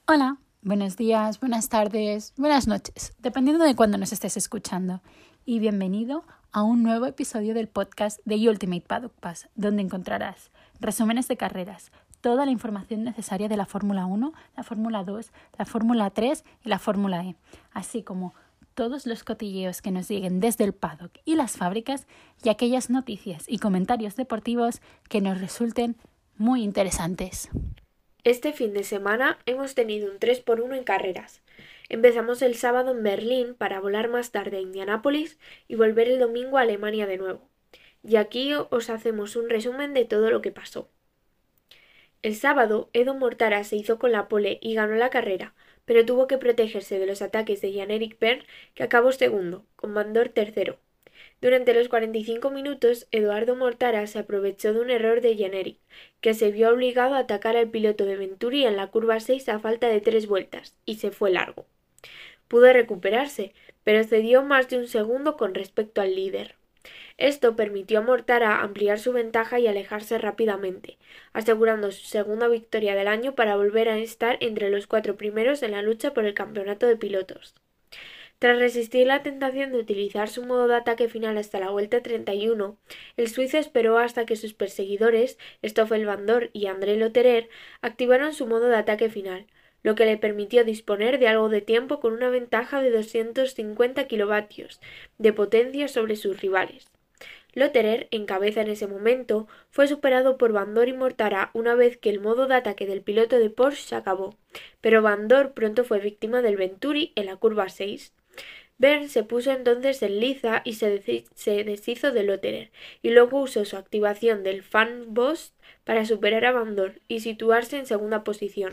Hola, buenos días, buenas tardes, buenas noches, dependiendo de cuándo nos estés escuchando. Y bienvenido a un nuevo episodio del podcast de Ultimate Paddock Pass, donde encontrarás resúmenes de carreras, toda la información necesaria de la Fórmula 1, la Fórmula 2, la Fórmula 3 y la Fórmula E, así como todos los cotilleos que nos lleguen desde el paddock y las fábricas y aquellas noticias y comentarios deportivos que nos resulten muy interesantes. Este fin de semana hemos tenido un 3x1 en carreras. Empezamos el sábado en Berlín para volar más tarde a Indianápolis y volver el domingo a Alemania de nuevo. Y aquí os hacemos un resumen de todo lo que pasó. El sábado, Edo Mortara se hizo con la pole y ganó la carrera, pero tuvo que protegerse de los ataques de Jan-Eric Vergne, que acabó segundo, con Vandoorne tercero. Durante los 45 minutos, Edoardo Mortara se aprovechó de un error de Jan-Eric, que se vio obligado a atacar al piloto de Venturi en la curva 6 a falta de 3 vueltas, y se fue largo. Pudo recuperarse, pero cedió más de un segundo con respecto al líder. Esto permitió a Mortara ampliar su ventaja y alejarse rápidamente, asegurando su segunda victoria del año para volver a estar entre los 4 primeros en la lucha por el campeonato de pilotos. Tras resistir la tentación de utilizar su modo de ataque final hasta la vuelta 31, el suizo esperó hasta que sus perseguidores, Stoffel Vandoorne y André Lotterer, activaron su modo de ataque final, lo que le permitió disponer de algo de tiempo con una ventaja de 250 kilovatios de potencia sobre sus rivales. Lotterer, en cabeza en ese momento, fue superado por Vandoorne y Mortara una vez que el modo de ataque del piloto de Porsche se acabó, pero Vandoorne pronto fue víctima del Venturi en la curva 6. Vergne se puso entonces en liza y se deshizo de Lotterer, y luego usó su activación del Fan Boost para superar a Vandoorne y situarse en segunda posición.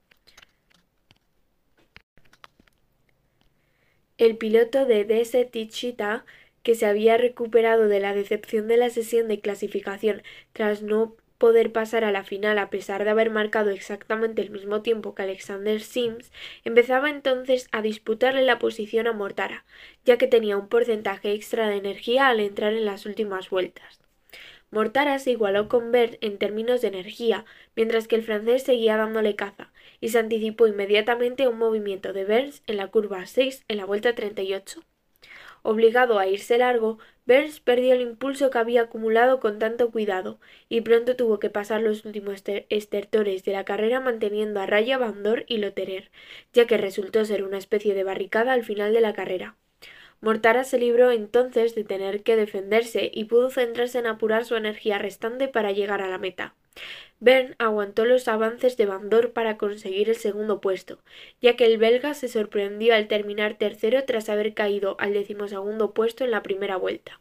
El piloto de DS Techeetah, que se había recuperado de la decepción de la sesión de clasificación tras no poder pasar a la final a pesar de haber marcado exactamente el mismo tiempo que Alexander Sims, empezaba entonces a disputarle la posición a Mortara, ya que tenía un porcentaje extra de energía al entrar en las últimas vueltas. Mortara se igualó con Vergne en términos de energía, mientras que el francés seguía dándole caza, y se anticipó inmediatamente a un movimiento de Vergne en la curva 6 en la vuelta 38. Obligado a irse largo, Vergne perdió el impulso que había acumulado con tanto cuidado, y pronto tuvo que pasar los últimos estertores de la carrera manteniendo a raya Vandoorne y Lotterer, ya que resultó ser una especie de barricada al final de la carrera. Mortara se libró entonces de tener que defenderse y pudo centrarse en apurar su energía restante para llegar a la meta. Vergne aguantó los avances de Vandoorne para conseguir el segundo puesto, ya que el belga se sorprendió al terminar tercero tras haber caído al 12º puesto en la primera vuelta.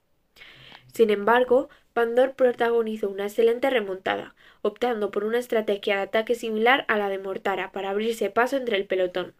Sin embargo, Vandoorne protagonizó una excelente remontada, optando por una estrategia de ataque similar a la de Mortara para abrirse paso entre el pelotón.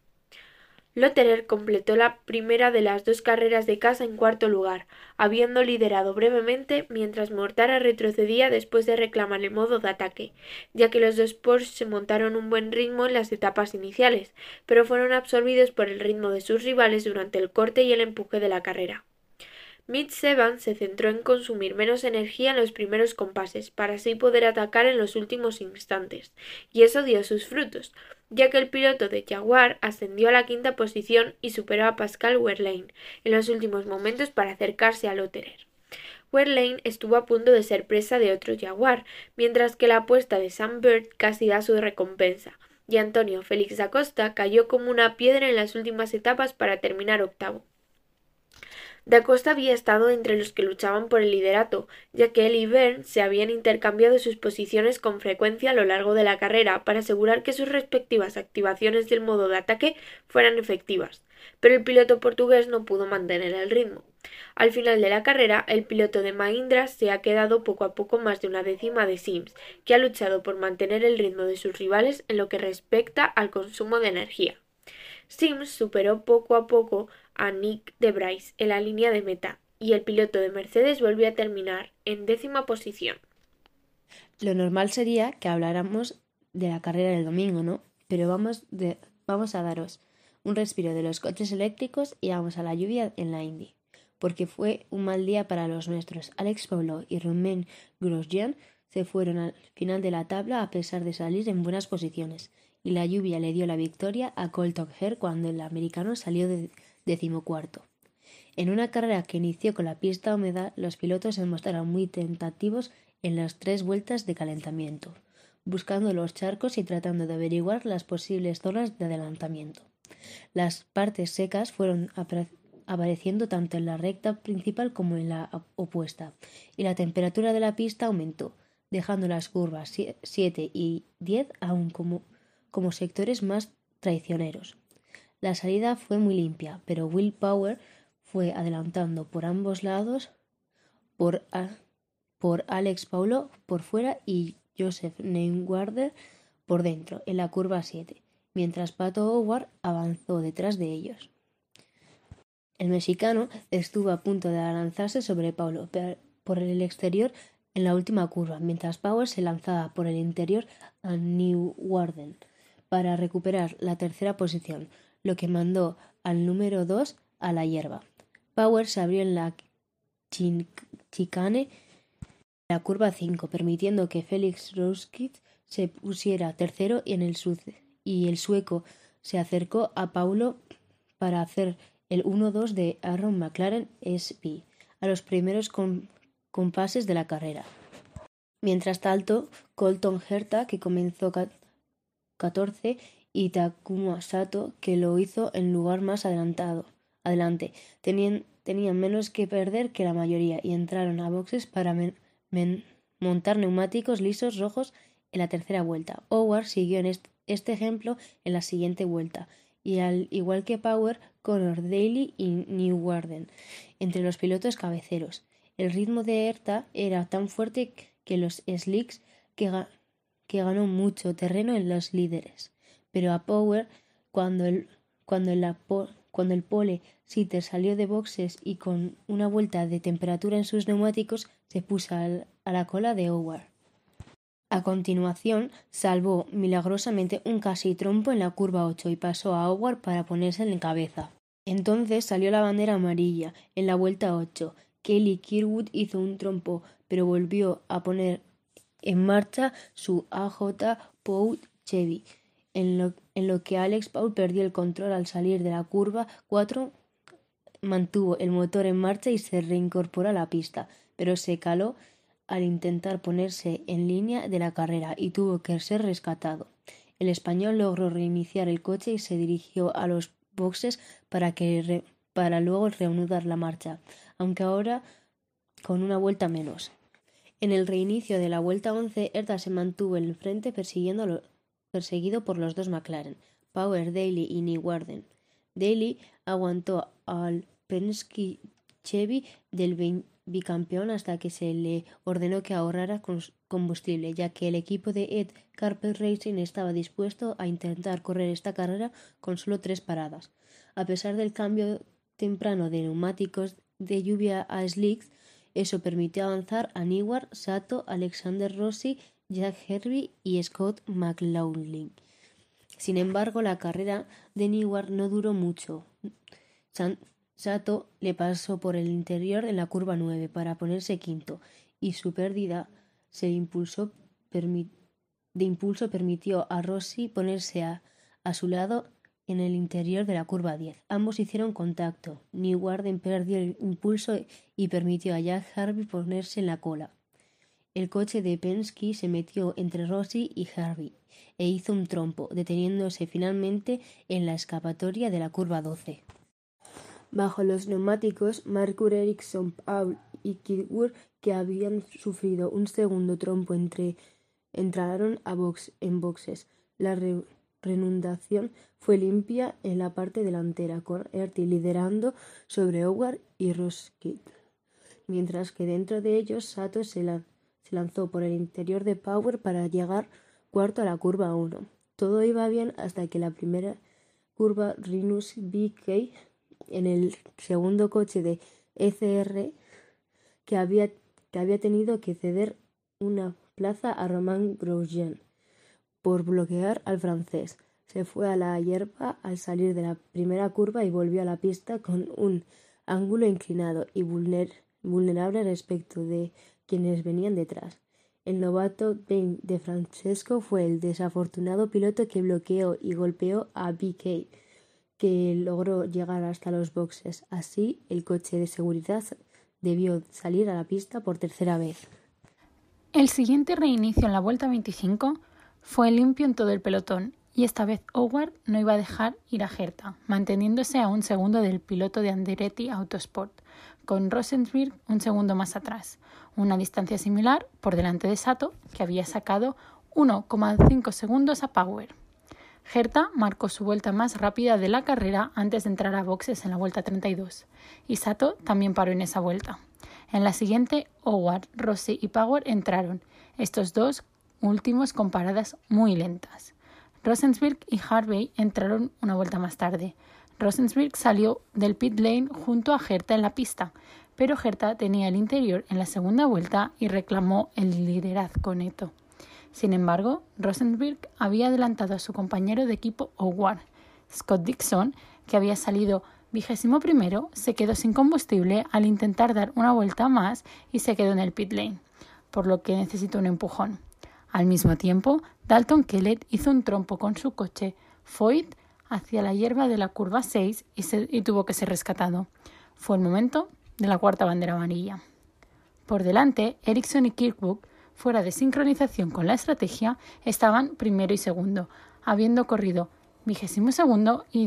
Lotterer completó la primera de las dos carreras de casa en cuarto lugar, habiendo liderado brevemente mientras Mortara retrocedía después de reclamar el modo de ataque, ya que los dos Porsche se montaron un buen ritmo en las etapas iniciales, pero fueron absorbidos por el ritmo de sus rivales durante el corte y el empuje de la carrera. Mitch Evans se centró en consumir menos energía en los primeros compases, para así poder atacar en los últimos instantes, y eso dio sus frutos, ya que el piloto de Jaguar ascendió a la quinta posición y superó a Pascal Wehrlein en los últimos momentos para acercarse a Lotterer. Wehrlein estuvo a punto de ser presa de otro Jaguar, mientras que la apuesta de Sam Bird casi da su recompensa, y Antonio Félix da Costa cayó como una piedra en las últimas etapas para terminar octavo. Da Costa había estado entre los que luchaban por el liderato, ya que él y Vergne se habían intercambiado sus posiciones con frecuencia a lo largo de la carrera para asegurar que sus respectivas activaciones del modo de ataque fueran efectivas, pero el piloto portugués no pudo mantener el ritmo. Al final de la carrera, el piloto de Mahindra se ha quedado poco a poco más de una décima de Sims, que ha luchado por mantener el ritmo de sus rivales en lo que respecta al consumo de energía. Sims superó poco a poco a Nick de Vries en la línea de meta, y el piloto de Mercedes volvió a terminar en 10ª posición. Lo normal sería que habláramos de la carrera del domingo, ¿no? Pero vamos a daros un respiro de los coches eléctricos y vamos a la lluvia en la Indy, porque fue un mal día para los nuestros. Alex Palou y Romain Grosjean se fueron al final de la tabla a pesar de salir en buenas posiciones, y la lluvia le dio la victoria a Colton Herta cuando el americano salió de 14º. En una carrera que inició con la pista húmeda, los pilotos se mostraron muy tentativos en las 3 vueltas de calentamiento, buscando los charcos y tratando de averiguar las posibles zonas de adelantamiento. Las partes secas fueron apareciendo tanto en la recta principal como en la opuesta, y la temperatura de la pista aumentó, dejando las curvas 7 y 10 aún como sectores más traicioneros. La salida fue muy limpia, pero Will Power fue adelantando por ambos lados por Alex Paulo por fuera y Joseph Newgarden por dentro en la curva 7, mientras Pato O'Ward avanzó detrás de ellos. El mexicano estuvo a punto de lanzarse sobre Paulo por el exterior en la última curva, mientras Power se lanzaba por el interior a Newgarden para recuperar la tercera posición, lo que mandó al número 2 a la hierba. Power se abrió en la chicane la curva 5, permitiendo que Felix Rosenqvist se pusiera tercero y el sueco se acercó a Paulo para hacer el 1-2 de Aaron McLaren SP a los primeros compases de la carrera. Mientras tanto, Colton Herta, que comenzó 14, y Takuma Sato, que lo hizo en lugar más adelante, tenían menos que perder que la mayoría y entraron a boxes para montar neumáticos lisos rojos en la tercera vuelta. Howard siguió en este ejemplo en la siguiente vuelta, y al igual que Power, Conor Daly y Newgarden entre los pilotos cabeceros. El ritmo de Herta era tan fuerte que los slicks que ganó mucho terreno en los líderes, pero a Power, cuando el pole sitter salió de boxes y con una vuelta de temperatura en sus neumáticos, se puso a la cola de Howard. A continuación, salvó milagrosamente un casi trompo en la curva 8 y pasó a Howard para ponerse en cabeza. Entonces salió la bandera amarilla en la vuelta 8. Kelly Kirkwood hizo un trompo, pero volvió a poner en marcha su AJ Pou Chevy, en lo que Alex Paul perdió el control al salir de la curva 4, mantuvo el motor en marcha y se reincorporó a la pista, pero se caló al intentar ponerse en línea de la carrera y tuvo que ser rescatado. El español logró reiniciar el coche y se dirigió a los boxes para luego reanudar la marcha, aunque ahora con una vuelta menos. En el reinicio de la vuelta 11, Herta se mantuvo en el frente perseguido por los 2 McLaren, Power, Daly y Newgarden. Daly aguantó al Penske Chevy del bicampeón hasta que se le ordenó que ahorrara combustible, ya que el equipo de Ed Carpet Racing estaba dispuesto a intentar correr esta carrera con solo 3 paradas. A pesar del cambio temprano de neumáticos de lluvia a slicks, eso permitió avanzar a Newgarden, Sato, Alexander Rossi, Jack Hervey y Scott McLaughlin. Sin embargo, la carrera de Newgarden no duró mucho. Sato le pasó por el interior en la curva 9 para ponerse quinto, y su pérdida de impulso permitió a Rossi ponerse a su lado en el interior de la curva 10. Ambos hicieron contacto. Newgarden perdió el impulso y permitió a Jack Hervey ponerse en la cola. El coche de Penske se metió entre Rossi y Hervey e hizo un trompo, deteniéndose finalmente en la escapatoria de la curva 12. Bajo los neumáticos, Marcus Ericsson, Paul y Kirkwood, que habían sufrido un segundo trompo, entraron en boxes. La reanudación fue limpia en la parte delantera, con Herta liderando sobre Howard y Rosenqvist, mientras que dentro de ellos Sato se lanzó por el interior de Power para llegar cuarto a la curva 1. Todo iba bien hasta que la primera curva Rinus VeeKay, en el segundo coche de ECR, que había tenido que ceder una plaza a Romain Grosjean por bloquear al francés, se fue a la hierba al salir de la primera curva y volvió a la pista con un ángulo inclinado y vulnerable respecto de quienes venían detrás. El novato Ben De Francesco fue el desafortunado piloto que bloqueó y golpeó a BK, que logró llegar hasta los boxes. Así, el coche de seguridad debió salir a la pista por tercera vez. El siguiente reinicio en la vuelta 25 fue limpio en todo el pelotón y esta vez Howard no iba a dejar ir a Herta, manteniéndose a un segundo del piloto de Andretti Autosport, con Rosensburg un segundo más atrás, una distancia similar por delante de Sato, que había sacado 1,5 segundos a Power. Herta marcó su vuelta más rápida de la carrera antes de entrar a boxes en la vuelta 32, y Sato también paró en esa vuelta. En la siguiente, Howard, Rossi y Power entraron, estos dos últimos con paradas muy lentas. Rosensburg y Harvey entraron una vuelta más tarde. Rosensburg salió del pit lane junto a Herta en la pista, pero Herta tenía el interior en la segunda vuelta y reclamó el liderazgo neto. Sin embargo, Rosensburg había adelantado a su compañero de equipo Howard. Scott Dixon, que había salido 21º, se quedó sin combustible al intentar dar una vuelta más y se quedó en el pit lane, por lo que necesitó un empujón. Al mismo tiempo, Dalton Kellett hizo un trompo con su coche Foyt hacia la hierba de la curva 6 y tuvo que ser rescatado. Fue el momento de la cuarta bandera amarilla. Por delante, Ericsson y Kirkwood, fuera de sincronización con la estrategia, estaban primero y segundo, habiendo corrido 22º y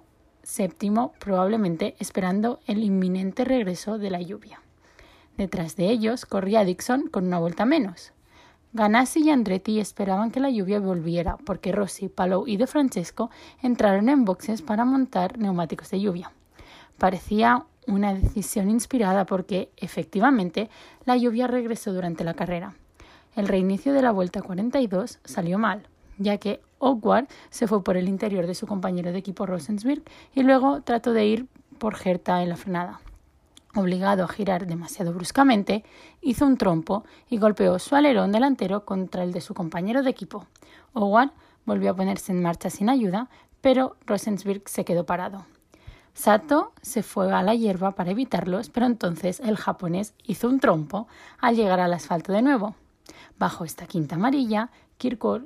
17º, probablemente esperando el inminente regreso de la lluvia. Detrás de ellos corría Dixon con una vuelta menos. Ganassi y Andretti esperaban que la lluvia volviera porque Rossi, Palou y De Francesco entraron en boxes para montar neumáticos de lluvia. Parecía una decisión inspirada porque, efectivamente, la lluvia regresó durante la carrera. El reinicio de la vuelta 42 salió mal, ya que Howard se fue por el interior de su compañero de equipo Rosensburg y luego trató de ir por Herta en la frenada. Obligado a girar demasiado bruscamente, hizo un trompo y golpeó su alerón delantero contra el de su compañero de equipo. Howard volvió a ponerse en marcha sin ayuda, pero Rosensburg se quedó parado. Sato se fue a la hierba para evitarlos, pero entonces el japonés hizo un trompo al llegar al asfalto de nuevo. Bajo esta quinta amarilla, Kirkwood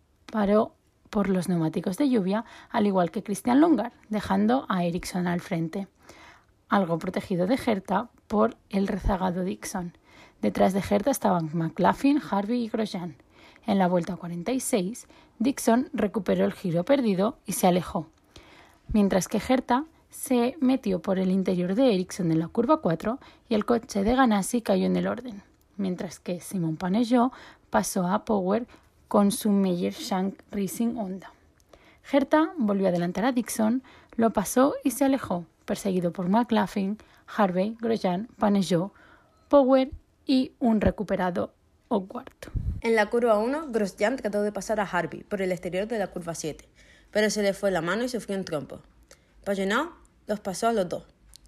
paró por los neumáticos de lluvia, al igual que Christian Lundgaard, dejando a Ericsson al frente, algo protegido de Herta por el rezagado Dixon. Detrás de Herta estaban McLaughlin, Harvey y Grosjean. En la vuelta 46, Dixon recuperó el giro perdido y se alejó, mientras que Herta se metió por el interior de Ericsson en la curva 4 y el coche de Ganassi cayó en el orden, mientras que Simon Pagenaud pasó a Power con su Meyer-Shank Racing Honda. Herta volvió a adelantar a Dixon, lo pasó y se alejó, perseguido por McLaughlin, Harvey, Grosjean, Pagenaud, Power y un recuperado Howard. En la curva 1, Grosjean trató de pasar a Harvey por el exterior de la curva 7, pero se le fue la mano y sufrió un trompo. Pagenaud los pasó a los dos.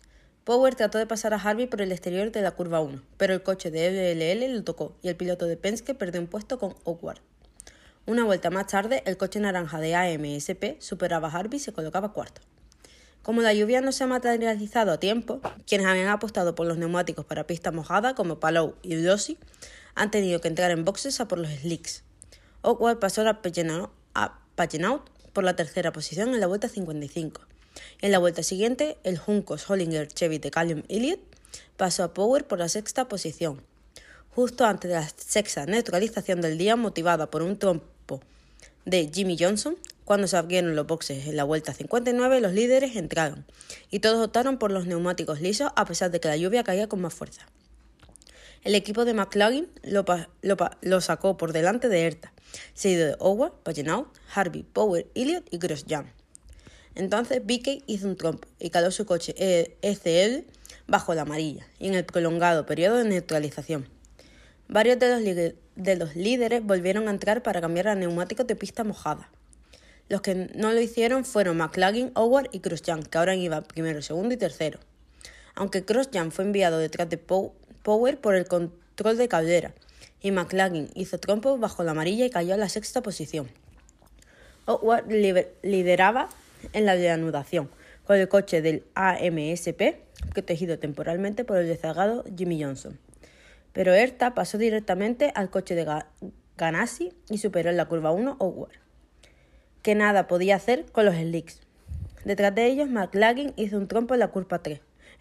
Power trató de pasar a Harvey por el exterior de la curva 1, pero el coche de LLL lo tocó y el piloto de Penske perdió un puesto con Howard. Una vuelta más tarde, el coche naranja de AMSP superaba a Harvey y se colocaba cuarto. Como la lluvia no se ha materializado a tiempo, quienes habían apostado por los neumáticos para pista mojada, como Palou y Rossi, han tenido que entrar en boxes a por los slicks. Howard pasó a Pagenaud por la tercera posición en la vuelta 55. En la vuelta siguiente, el Juncos Hollinger Chevy de Callum Elliott pasó a Power por la sexta posición, justo antes de la sexta neutralización del día motivada por un trompo de Jimmy Johnson. Cuando se abrieron los boxes en la vuelta 59, los líderes entraron y todos optaron por los neumáticos lisos a pesar de que la lluvia caía con más fuerza. El equipo de McLaughlin lo sacó por delante de Herta, seguido de Howard, Pagenaud, Harvey, Power, Elliott y Grosjean. Entonces BK hizo un trompo y caló su coche ECL bajo la amarilla y en el prolongado periodo de neutralización. Varios de los líderes volvieron a entrar para cambiar a neumáticos de pista mojada. Los que no lo hicieron fueron McLaughlin, Howard y Grosjean, que ahora iban primero, segundo y tercero. Aunque Grosjean fue enviado detrás de Power por el control de caldera y McLaughlin hizo trompo bajo la amarilla y cayó a la sexta posición. Howard lideraba en la reanudación con el coche del AMSP, protegido temporalmente por el rezagado Jimmy Johnson. pero Herta pasó directamente al coche de Ganassi y superó en la curva 1 Howard, que nada podía hacer con los slicks. Detrás de ellos, McLaughlin hizo un trompo en la curva 3,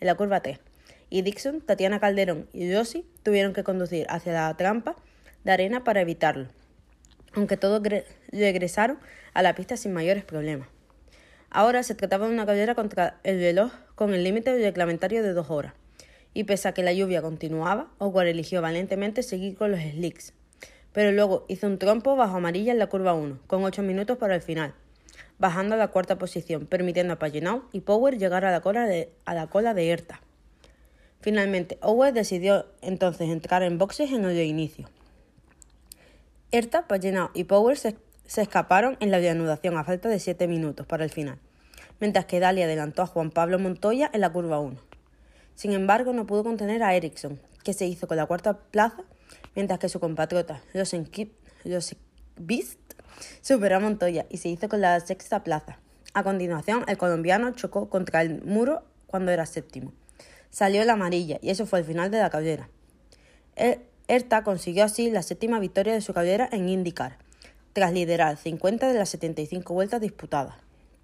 y Dixon, Tatiana Calderón y Josie tuvieron que conducir hacia la trampa de arena para evitarlo, aunque todos regresaron a la pista sin mayores problemas. Ahora se trataba de una carrera contra el reloj con el límite reglamentario de 2 horas, y pese a que la lluvia continuaba, Howard eligió valientemente seguir con los slicks, pero luego hizo un trompo bajo amarilla en la curva 1, con 8 minutos para el final, bajando a la cuarta posición, permitiendo a Pagenaud y Power llegar a la cola de Herta. Finalmente, Howard decidió entonces entrar en boxes en el reinicio. Herta, Pagenaud y Power se escaparon en la reanudación a falta de 7 minutos para el final, mientras que Daly adelantó a Juan Pablo Montoya en la curva 1. Sin embargo, no pudo contener a Ericsson, que se hizo con la cuarta plaza, mientras que su compatriota Rosenqvist superó a Montoya y se hizo con la sexta plaza. A continuación, el colombiano chocó contra el muro cuando era séptimo. Salió la amarilla y eso fue el final de la carrera. Herta consiguió así la séptima victoria de su carrera en IndyCar, tras liderar 50 de las 75 vueltas disputadas.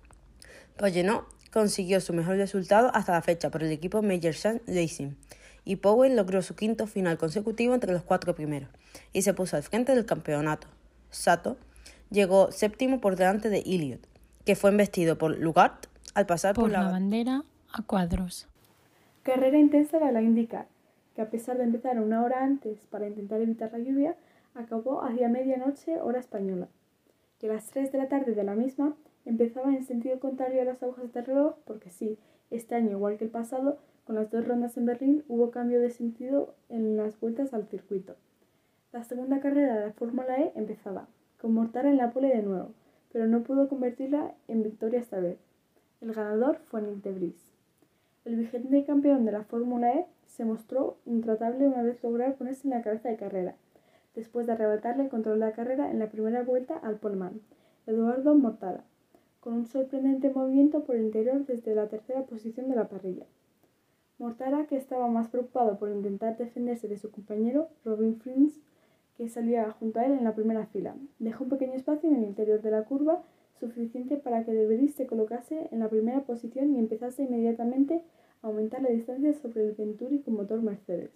Pagenaud consiguió su mejor resultado hasta la fecha por el equipo Major Chance Racing, y Powell logró su quinto final consecutivo entre los 4 primeros y se puso al frente del campeonato. Sato llegó séptimo por delante de Elliott, que fue embestido por Lugard al pasar por la bandera a cuadros. Carrera intensa de la IndyCar, que a pesar de empezar 1 hora antes para intentar evitar la lluvia, acabó hacia medianoche hora española, que a las 3 de la tarde de la misma empezaba en sentido contrario a las agujas del reloj, porque sí, este año igual que el pasado, con las 2 rondas en Berlín hubo cambio de sentido en las vueltas al circuito. La segunda carrera de la Fórmula E empezaba, con Mortara en la pole de nuevo, pero no pudo convertirla en victoria esta vez. El ganador fue Nyck de Vries. El vigente campeón de la Fórmula E se mostró intratable una vez lograr ponerse en la cabeza de carrera, después de arrebatarle el control de la carrera en la primera vuelta al poleman, Eduardo Mortara, con un sorprendente movimiento por el interior desde la tercera posición de la parrilla. Mortara, que estaba más preocupado por intentar defenderse de su compañero, Robin Fries, que salía junto a él en la primera fila, dejó un pequeño espacio en el interior de la curva, suficiente para que de Vries se colocase en la primera posición y empezase inmediatamente a aumentar la distancia sobre el Venturi con motor Mercedes.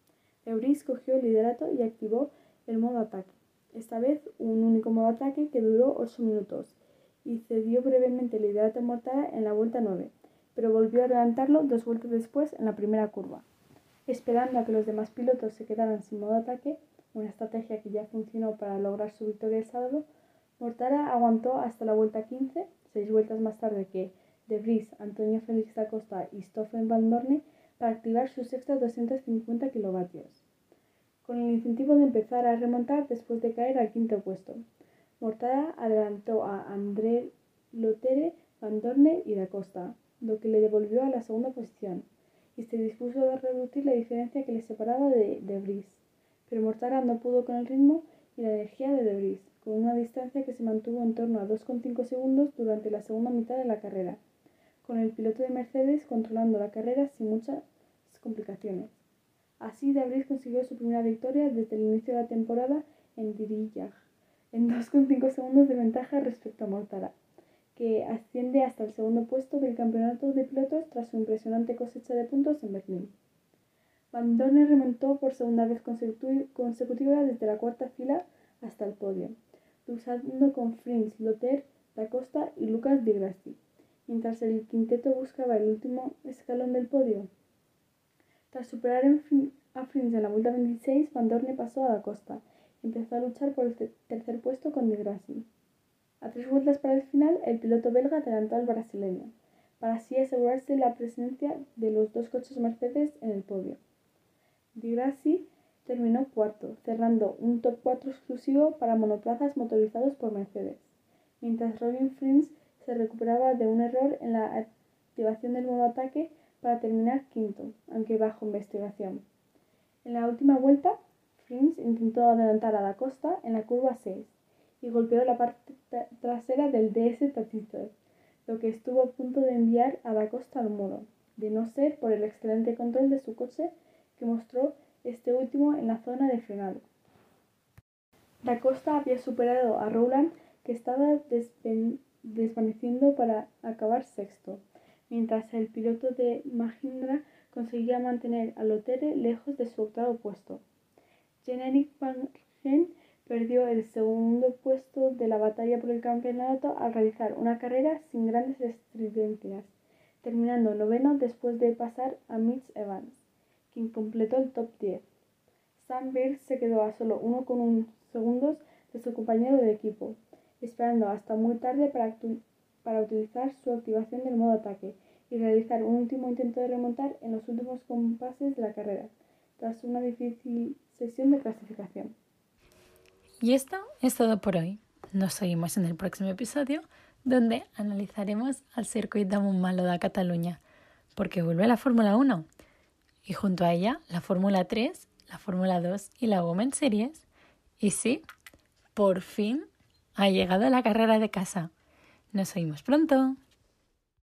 De Vries cogió el liderato y activó el modo ataque, esta vez un único modo ataque que duró 8 minutos, y cedió brevemente el liderato a Mortara en la vuelta 9, pero volvió a adelantarlo 2 vueltas después en la primera curva. Esperando a que los demás pilotos se quedaran sin modo ataque, una estrategia que ya funcionó para lograr su victoria el sábado, Mortara aguantó hasta la vuelta 15, 6 vueltas más tarde que De Vries, Antonio Félix da Costa y Stoffel Van Dorn, para activar sus extras 250 kilovatios, con el incentivo de empezar a remontar después de caer al quinto puesto. Mortara adelantó a André Lottere, Van Dorn y da Costa, lo que le devolvió a la segunda posición, y se dispuso a reducir la diferencia que le separaba de Vries, pero Mortara no pudo con el ritmo y la energía de Vries, con una distancia que se mantuvo en torno a 2,5 segundos durante la segunda mitad de la carrera, con el piloto de Mercedes controlando la carrera sin muchas complicaciones. Así, de Vries consiguió su primera victoria desde el inicio de la temporada en Diriyah, en 2,5 segundos de ventaja respecto a Mortara, que asciende hasta el segundo puesto del campeonato de pilotos tras su impresionante cosecha de puntos en Berlín. Van Dorn remontó por segunda vez consecutiva desde la cuarta fila hasta el podio, luchando con Fries, Lottere, da Costa y Lucas di Grassi, mientras el quinteto buscaba el último escalón del podio. Tras superar a Fries en la vuelta 26, Van Dorn pasó a da Costa y empezó a luchar por el tercer puesto con di Grassi. A 3 vueltas para el final, el piloto belga adelantó al brasileño, para así asegurarse la presencia de los 2 coches Mercedes en el podio. Di Grassi terminó cuarto, cerrando un top 4 exclusivo para monoplazas motorizados por Mercedes, mientras Robin Fries se recuperaba de un error en la activación del modo ataque para terminar quinto, aunque bajo investigación. En la última vuelta, Fries intentó adelantar a da Costa en la curva 6 y golpeó la parte trasera del DS Tatizor, lo que estuvo a punto de enviar a da Costa al muro, de no ser por el excelente control de su coche que mostró este último en la zona de frenado. Da Costa había superado a Rowland, que estaba desvaneciendo para acabar sexto, mientras el piloto de Mahindra conseguía mantener a Lotterer lejos de su octavo puesto. Jan-Erik Vangen perdió el segundo puesto de la batalla por el campeonato al realizar una carrera sin grandes estridencias, terminando noveno después de pasar a Mitch Evans, quien completó el top 10. Sam Bird se quedó a solo 1,1 segundos de su compañero de equipo, esperando hasta muy tarde para utilizar su activación del modo ataque y realizar un último intento de remontar en los últimos compases de la carrera, tras una difícil sesión de clasificación. Y esto es todo por hoy. Nos seguimos en el próximo episodio, donde analizaremos al Circuit de Montmeló de Cataluña, porque vuelve la Fórmula 1 y junto a ella la Fórmula 3, la Fórmula 2 y la Women's Series. Y sí, por fin ha llegado la carrera de casa. Nos oímos pronto.